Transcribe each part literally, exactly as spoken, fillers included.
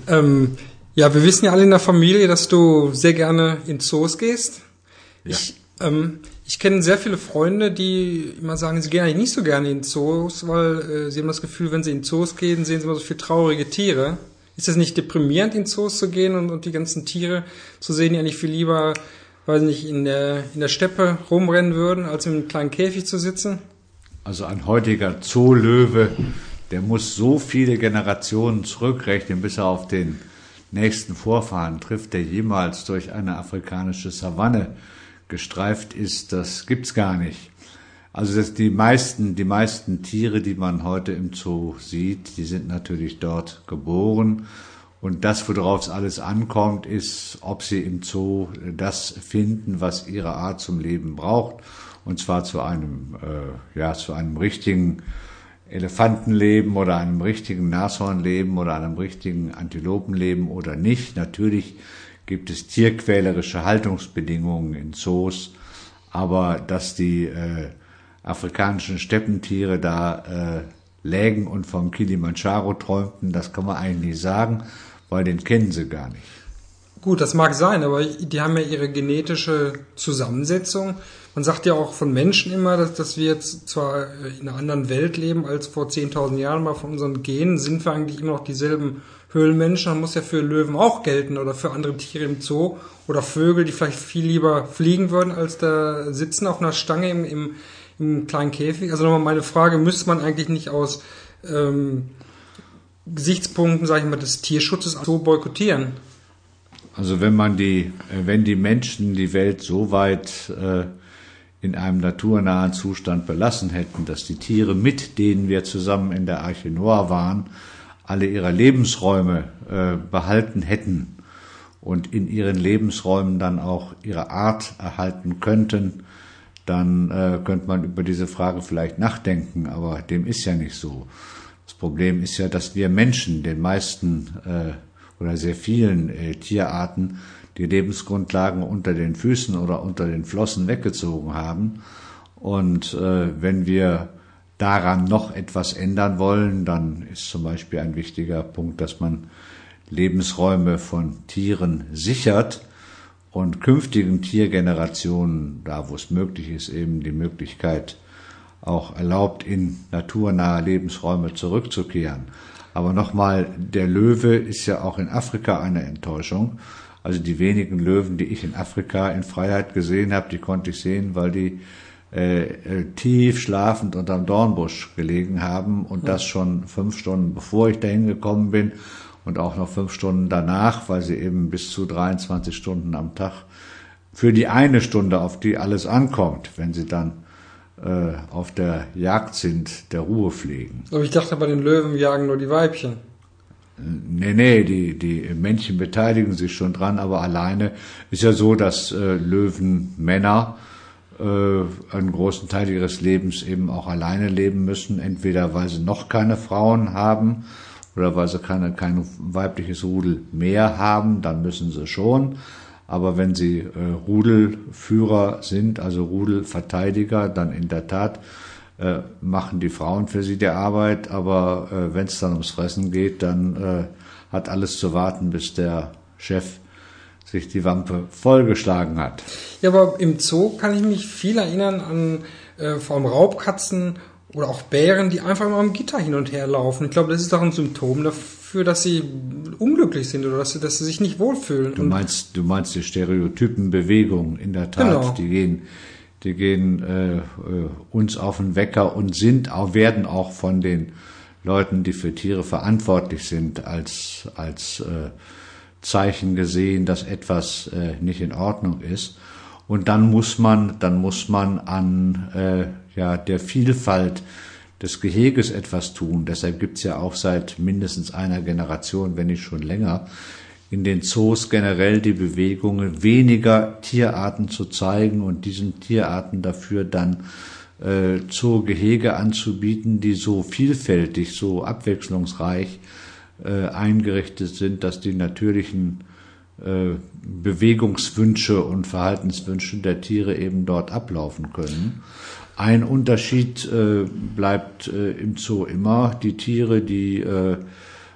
Ähm, ja, wir wissen ja alle in der Familie, dass du sehr gerne in Zoos gehst. Ja. Ich, ähm, ich kenne sehr viele Freunde, die immer sagen, sie gehen eigentlich nicht so gerne in Zoos, weil äh, sie haben das Gefühl, wenn sie in Zoos gehen, sehen sie immer so viele traurige Tiere. Ist es nicht deprimierend, in Zoos zu gehen und, und die ganzen Tiere zu sehen, die eigentlich viel lieber, weiß nicht, in der, in der Steppe rumrennen würden, als in einem kleinen Käfig zu sitzen? Also ein heutiger Zoolöwe, der muss so viele Generationen zurückrechnen, bis er auf den nächsten Vorfahren trifft, der jemals durch eine afrikanische Savanne gestreift ist. Das gibt's gar nicht. Also das, die meisten, die meisten Tiere, die man heute im Zoo sieht, die sind natürlich dort geboren. Und das, worauf es alles ankommt, ist, ob sie im Zoo das finden, was ihre Art zum Leben braucht. Und zwar zu einem, äh, ja, zu einem richtigen Elefantenleben oder einem richtigen Nashornleben oder einem richtigen Antilopenleben oder nicht. Natürlich gibt es tierquälerische Haltungsbedingungen in Zoos, aber dass die äh, afrikanischen Steppentiere da äh, lägen und vom Kilimanjaro träumten, das kann man eigentlich nicht sagen, weil den kennen sie gar nicht. Gut, das mag sein, aber die haben ja ihre genetische Zusammensetzung. Man sagt ja auch von Menschen immer, dass, dass wir jetzt zwar in einer anderen Welt leben als vor zehntausend Jahren, aber von unseren Genen sind wir eigentlich immer noch dieselben Höhlenmenschen. Das muss ja für Löwen auch gelten oder für andere Tiere im Zoo oder Vögel, die vielleicht viel lieber fliegen würden, als da sitzen auf einer Stange im, im, im kleinen Käfig. Also nochmal meine Frage, müsste man eigentlich nicht aus ähm, Gesichtspunkten, sage ich mal, des Tierschutzes so boykottieren? Also wenn man die, wenn die Menschen die Welt so weit äh, in einem naturnahen Zustand belassen hätten, dass die Tiere, mit denen wir zusammen in der Arche Noah waren, alle ihre Lebensräume äh, behalten hätten und in ihren Lebensräumen dann auch ihre Art erhalten könnten, dann äh, könnte man über diese Frage vielleicht nachdenken, aber dem ist ja nicht so. Das Problem ist ja, dass wir Menschen den meisten äh, oder sehr vielen äh, Tierarten die Lebensgrundlagen unter den Füßen oder unter den Flossen weggezogen haben. Und äh, wenn wir daran noch etwas ändern wollen, dann ist zum Beispiel ein wichtiger Punkt, dass man Lebensräume von Tieren sichert und künftigen Tiergenerationen, da wo es möglich ist, eben die Möglichkeit auch erlaubt, in naturnahe Lebensräume zurückzukehren. Aber nochmal, der Löwe ist ja auch in Afrika eine Enttäuschung. Also die wenigen Löwen, die ich in Afrika in Freiheit gesehen habe, die konnte ich sehen, weil die äh, tief schlafend unterm Dornbusch gelegen haben und das schon fünf Stunden bevor ich dahin gekommen bin und auch noch fünf Stunden danach, weil sie eben bis zu dreiundzwanzig Stunden am Tag für die eine Stunde, auf die alles ankommt, wenn sie dann äh, auf der Jagd sind, der Ruhe pflegen. Aber ich dachte, bei den Löwen jagen nur die Weibchen. Nee, nee, die, die Männchen beteiligen sich schon dran, aber alleine ist ja so, dass äh, Löwenmänner äh, einen großen Teil ihres Lebens eben auch alleine leben müssen, entweder weil sie noch keine Frauen haben oder weil sie keine, kein weibliches Rudel mehr haben, dann müssen sie schon. Aber wenn sie äh, Rudelführer sind, also Rudelverteidiger, dann in der Tat äh, machen die Frauen für sie die Arbeit, aber äh, wenn es dann ums Fressen geht, dann äh, hat alles zu warten, bis der Chef sich die Wampe vollgeschlagen hat. Ja, aber im Zoo kann ich mich viel erinnern an äh, vor allem Raubkatzen oder auch Bären, die einfach immer am Gitter hin und her laufen. Ich glaube, das ist doch ein Symptom dafür, dass sie unglücklich sind oder dass sie, dass sie sich nicht wohlfühlen. Du meinst, du meinst die Stereotypenbewegung, in der Tat, genau. die gehen Die gehen äh, uns auf den Wecker und sind auch, werden auch von den Leuten, die für Tiere verantwortlich sind, als, als äh, Zeichen gesehen, dass etwas äh, nicht in Ordnung ist. Und dann muss man, dann muss man an äh, ja, der Vielfalt des Geheges etwas tun. Deshalb gibt's ja auch seit mindestens einer Generation, wenn nicht schon länger, in den Zoos generell die Bewegungen, weniger Tierarten zu zeigen und diesen Tierarten dafür dann äh, Zoogehege anzubieten, die so vielfältig, so abwechslungsreich äh, eingerichtet sind, dass die natürlichen äh, Bewegungswünsche und Verhaltenswünsche der Tiere eben dort ablaufen können. Ein Unterschied äh, bleibt äh, im Zoo immer: die Tiere, die äh,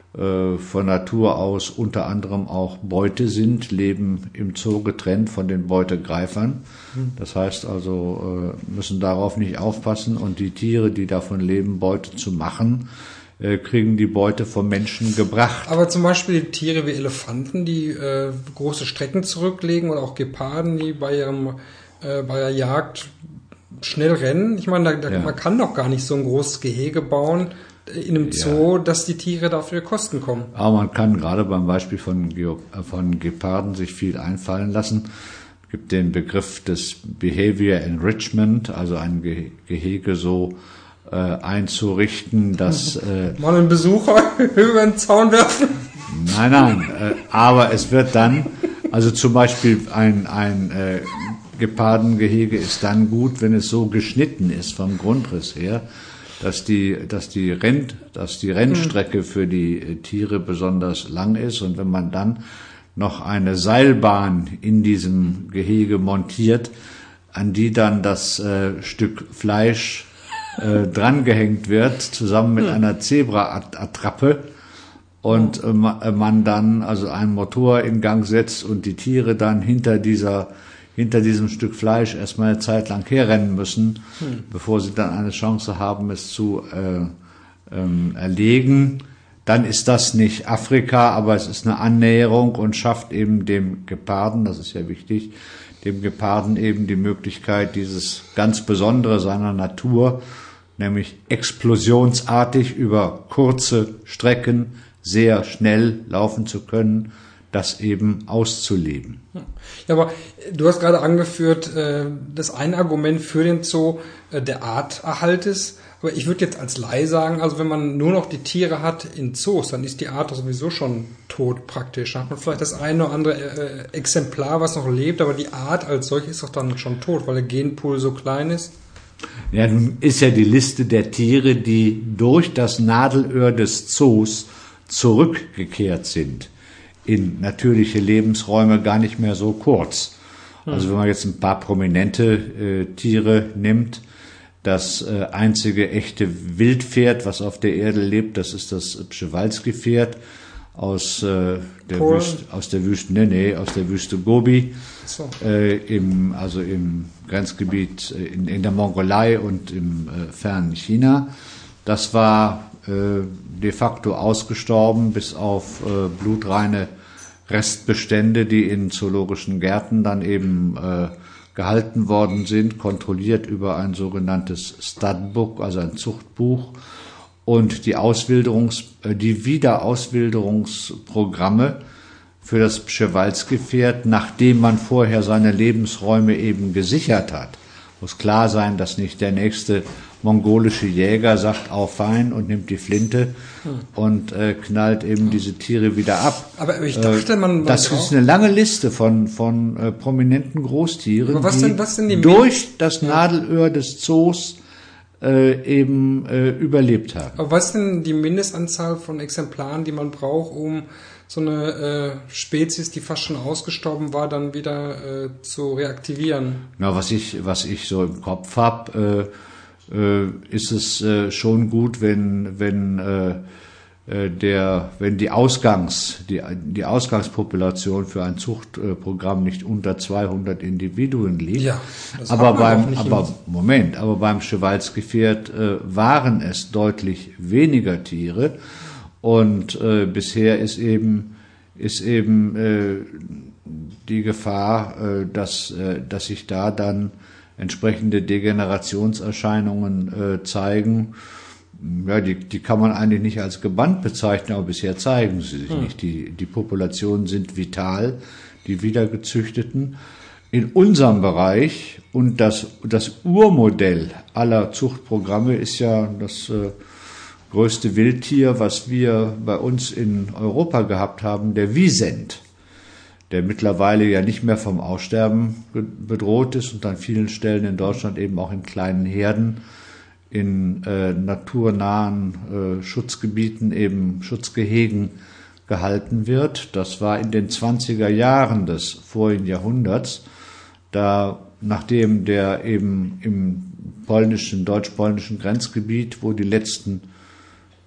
äh, von Natur aus unter anderem auch Beute sind, leben im Zoo getrennt von den Beutegreifern. Das heißt also, äh, müssen darauf nicht aufpassen und die Tiere, die davon leben, Beute zu machen, äh, kriegen die Beute vom Menschen gebracht. Aber zum Beispiel Tiere wie Elefanten, die äh, große Strecken zurücklegen oder auch Geparden, die bei ihrem äh, bei der Jagd schnell rennen. Ich meine, da, da, ja. man kann doch gar nicht so ein großes Gehege bauen in einem Zoo, ja. dass die Tiere dafür Kosten kommen. Aber man kann gerade beim Beispiel von, Geo, von Geparden sich viel einfallen lassen. Es gibt den Begriff des Behavior Enrichment, also ein Ge- Gehege so äh, einzurichten, dass... Äh, mal einen Besucher über den Zaun werfen? Nein, nein, äh, aber es wird dann, also zum Beispiel ein, ein äh, Gepardengehege ist dann gut, wenn es so geschnitten ist vom Grundriss her, dass die, dass die Renn, dass die Rennstrecke für die Tiere besonders lang ist und wenn man dann noch eine Seilbahn in diesem Gehege montiert, an die dann das äh, Stück Fleisch äh, drangehängt wird, zusammen mit einer Zebra-Attrappe und äh, man dann also einen Motor in Gang setzt und die Tiere dann hinter dieser hinter diesem Stück Fleisch erstmal eine Zeit lang herrennen müssen, hm. bevor sie dann eine Chance haben, es zu äh, ähm, erlegen. Dann ist das nicht Afrika, aber es ist eine Annäherung und schafft eben dem Geparden, das ist ja wichtig, dem Geparden eben die Möglichkeit, dieses ganz Besondere seiner Natur, nämlich explosionsartig über kurze Strecken sehr schnell laufen zu können, das eben auszuleben. Ja, aber du hast gerade angeführt, das ein Argument für den Zoo der Arterhalt ist. Aber ich würde jetzt als Laie sagen, also wenn man nur noch die Tiere hat in Zoos, dann ist die Art sowieso schon tot praktisch. Da hat man vielleicht das eine oder andere Exemplar, was noch lebt, aber die Art als solche ist doch dann schon tot, weil der Genpool so klein ist. Ja, nun ist ja die Liste der Tiere, die durch das Nadelöhr des Zoos zurückgekehrt sind in natürliche Lebensräume, gar nicht mehr so kurz. Also wenn man jetzt ein paar prominente äh, Tiere nimmt, das äh, einzige echte Wildpferd, was auf der Erde lebt, das ist das Przewalski-Pferd aus, äh, der Wüste, aus der Wüste, nee, nee, aus der Wüste Gobi, so. äh, im, also im Grenzgebiet äh, in, in der Mongolei und im äh, fernen China. Das war äh, de facto ausgestorben, bis auf äh, blutreine Restbestände, die in zoologischen Gärten dann eben äh, gehalten worden sind, kontrolliert über ein sogenanntes Studbook, also ein Zuchtbuch. Und die Auswilderungs-, die Wiederauswilderungsprogramme für das Przewalski-Pferd, nachdem man vorher seine Lebensräume eben gesichert hat, muss klar sein, dass nicht der nächste mongolische Jäger sagt, auf fein und nimmt die Flinte hm. und äh, knallt eben hm. diese Tiere wieder ab. Aber ich dachte, man... man das ist eine lange Liste von, von äh, prominenten Großtieren, aber was die, denn, was denn die durch das Nadelöhr des Zoos äh, eben äh, überlebt haben. Aber was ist denn die Mindestanzahl von Exemplaren, die man braucht, um so eine äh, Spezies, die fast schon ausgestorben war, dann wieder äh, zu reaktivieren? Na, was ich, was ich so im Kopf habe, äh, äh, ist es äh, schon gut, wenn, wenn äh, der, wenn die Ausgangs, die, die Ausgangspopulation für ein Zuchtprogramm nicht unter zweihundert Individuen liegt. Ja, das aber beim, aber Moment, aber beim Przewalski-Pferd äh, waren es deutlich weniger Tiere und äh, bisher ist eben, ist eben äh, die Gefahr, äh, dass, äh, dass sich da dann entsprechende Degenerationserscheinungen äh, zeigen. Ja, die, die kann man eigentlich nicht als gebannt bezeichnen, aber bisher zeigen sie sich hm. nicht. Die, die Populationen sind vital, die wiedergezüchteten. In unserem Bereich und das, das Urmodell aller Zuchtprogramme ist ja das äh, größte Wildtier, was wir bei uns in Europa gehabt haben, der Wisent, der mittlerweile ja nicht mehr vom Aussterben bedroht ist und an vielen Stellen in Deutschland eben auch in kleinen Herden in äh, naturnahen äh, Schutzgebieten, eben Schutzgehegen gehalten wird. Das war in den zwanziger Jahren des vorigen Jahrhunderts, da nachdem der eben im polnischen, deutsch-polnischen Grenzgebiet, wo die letzten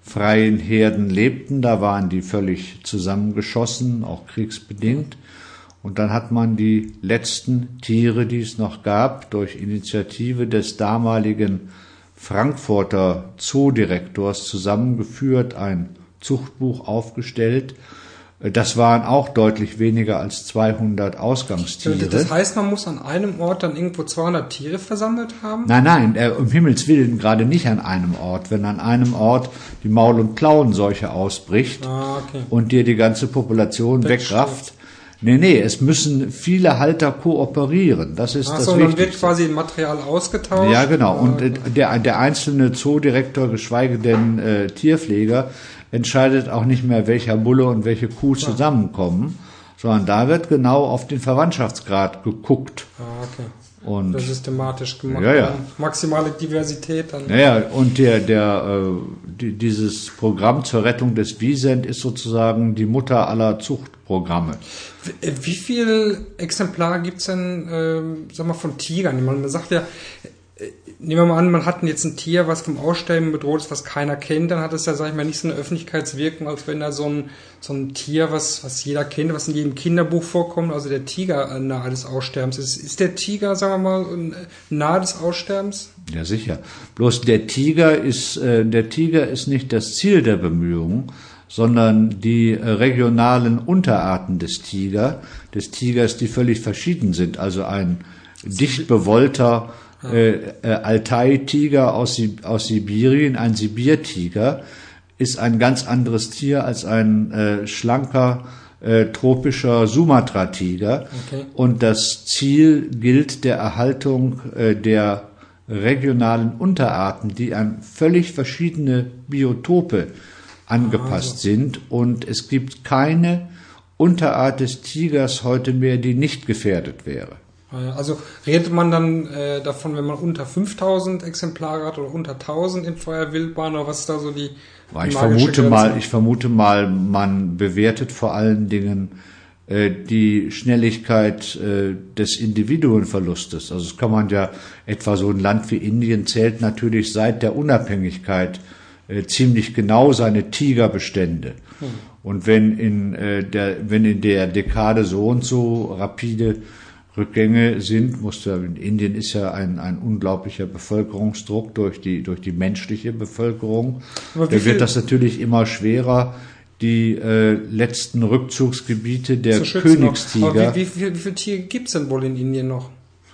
freien Herden lebten. Da waren die völlig zusammengeschossen, auch kriegsbedingt. Und dann hat man die letzten Tiere, die es noch gab, durch Initiative des damaligen Frankfurter Zoodirektors zusammengeführt, ein Zuchtbuch aufgestellt. Das waren auch deutlich weniger als zweihundert Ausgangstiere. Das heißt, man muss an einem Ort dann irgendwo zweihundert Tiere versammelt haben? Nein, nein, äh, um Himmels Willen gerade nicht an einem Ort. Wenn an einem Ort die Maul- und Klauenseuche ausbricht ah, okay. und dir die ganze Population wegrafft. Nee, nee, es müssen viele Halter kooperieren. Das ist Ach das so, Wichtigste. dann wird quasi Material ausgetauscht? Ja, genau. Und okay. der, der einzelne Zoodirektor, geschweige denn äh, Tierpfleger, entscheidet auch nicht mehr, welcher Bulle und welche Kuh zusammenkommen, sondern da wird genau auf den Verwandtschaftsgrad geguckt. Ah, okay. Und das systematisch gemacht. Ja, ja. Maximale Diversität dann. Ja, ja, und der, der, äh, die, dieses Programm zur Rettung des Wiesent ist sozusagen die Mutter aller Zuchtprogramme. Wie, wie viel Exemplare gibt's denn, ähm, sag mal, von Tigern? Man, man sagt ja, äh, nehmen wir mal an, man hat jetzt ein Tier, was vom Aussterben bedroht ist, was keiner kennt, dann hat es ja, sag ich mal, nicht so eine Öffentlichkeitswirkung, als wenn da so ein, so ein Tier, was, was jeder kennt, was in jedem Kinderbuch vorkommt, also der Tiger nahe des Aussterbens ist. Ist der Tiger, sagen wir mal, nahe des Aussterbens? Ja, sicher. Bloß der Tiger ist, äh, der Tiger ist nicht das Ziel der Bemühungen, sondern die äh, regionalen Unterarten des Tiger, des Tigers, die völlig verschieden sind. Also ein dicht bewollter äh, äh, Altai-Tiger aus, aus Sibirien, ein Sibirtiger, ist ein ganz anderes Tier als ein äh, schlanker äh, tropischer Sumatra-Tiger. Okay. Und das Ziel gilt der Erhaltung äh, der regionalen Unterarten, die an völlig verschiedene Biotope angepasst also. sind. Und es gibt keine Unterart des Tigers heute mehr, die nicht gefährdet wäre. Also redet man dann äh, davon, wenn man unter fünftausend Exemplare hat oder unter tausend in freier Wildbahn, oder was ist da so die, die ich magische vermute Grenze? mal, ich vermute mal, man bewertet vor allen Dingen äh, die Schnelligkeit äh, des Individuenverlustes. Also das kann man ja, etwa so ein Land wie Indien zählt natürlich seit der Unabhängigkeit äh, ziemlich genau seine Tigerbestände. Hm. Und wenn in äh, der, wenn in der Dekade so und so rapide Rückgänge sind, musste, in Indien ist ja ein, ein unglaublicher Bevölkerungsdruck durch die, durch die menschliche Bevölkerung. Da wird das natürlich immer schwerer, die äh, letzten Rückzugsgebiete der Königstiger. Aber wie, wie, wie, wie viele Tiere gibt's denn wohl in Indien noch?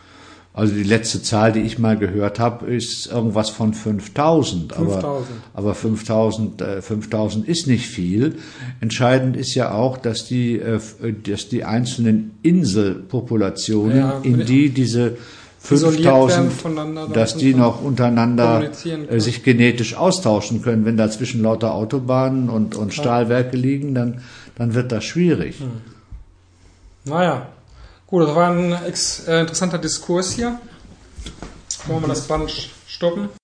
Also die letzte Zahl, die ich mal gehört habe, ist irgendwas von fünftausend. fünftausend. Aber, aber fünftausend, äh, fünftausend ist nicht viel. Entscheidend ist ja auch, dass die, äh, dass die einzelnen Inselpopulationen, ja, in die diese fünftausend, dass die noch untereinander äh, sich genetisch austauschen können. Wenn dazwischen lauter Autobahnen und, und Stahlwerke liegen, dann, dann wird das schwierig. Hm. Naja. Gut, das war ein ex, äh, interessanter Diskurs hier. Wollen wir das Band stoppen?